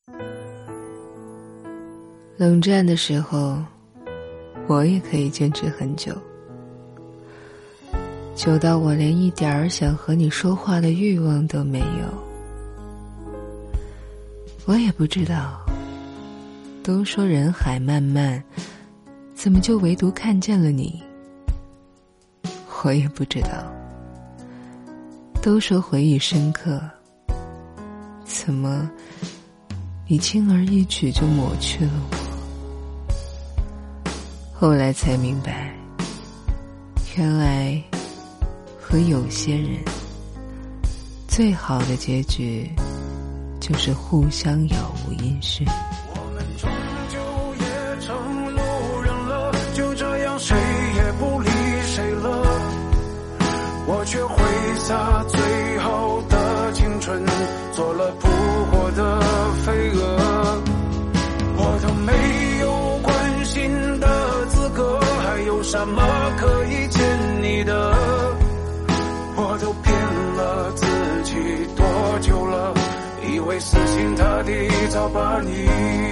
冷战的时候，我也可以坚持很久，久到我连一点儿想和你说话的欲望都没有。我也不知道，都说人海漫漫，怎么就唯独看见了你？我也不知道，都说回忆深刻，怎么你轻而易举就抹去了我？后来才明白，原来和有些人最好的结局就是互相杳无音讯。 我们终究也成路人了，就这样谁也不理谁了，我却挥洒最好的青春，做了扑火的飞蛾。我都没有关心的资格，还有什么可以欠你的？我都骗了自己多久了，以为死心塌地早把你，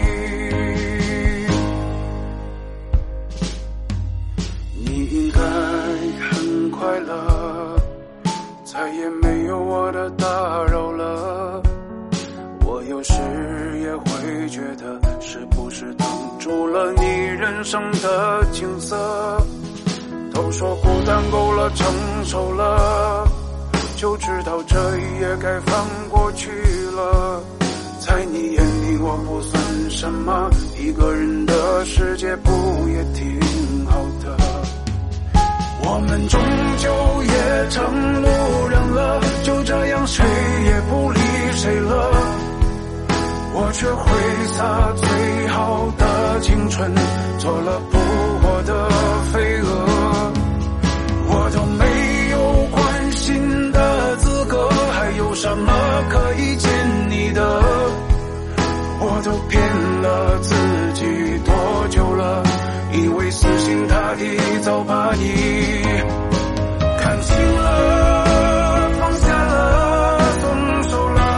你应该很快乐，再也没有我的打扰了。我有时也会觉得，是不是挡住了你人生的景色？都说孤单够了，成熟了，就知道这一夜该放过去了。在你眼里我不算什么，一个人的世界不也挺好的？我们终究也成路人了，就这样谁也不理谁了，我却挥洒最好的青春，做了扑火的飞蛾。我都没有关心的资格，还有什么可以欠你的？我都骗了自己多久了，以为死心塌地早把你看清了，放下了，松手了。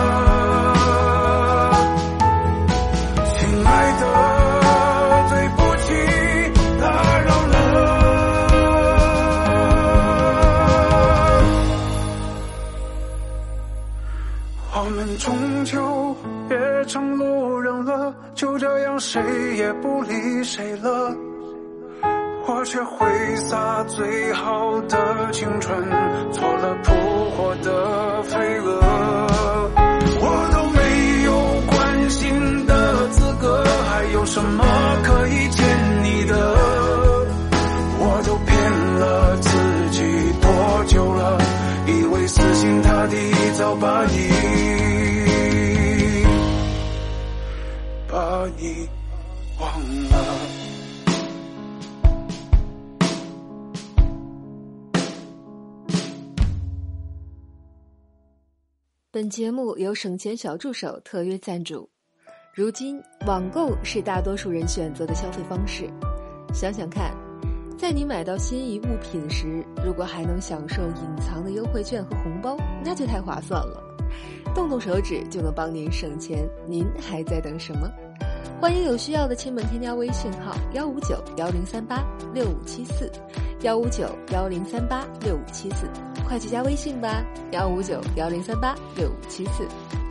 亲爱的，对不起，打扰了。我们终究也成路人了，就这样谁也不理谁了，我却挥洒最好的青春，做了扑火的飞蛾。我都没有关心的资格，还有什么可以欠你的？我都骗了自己多久了，以为死心塌地早把你忘了。 本节目由省钱小助手特约赞助。如今网购是大多数人选择的消费方式，想想看，在你买到心仪物品时，如果还能享受隐藏的优惠券和红包，那就太划算了，动动手指就能帮您省钱，您还在等什么？欢迎有需要的亲们添加微信号15910386574，15910386574，快去加微信吧，15910386574。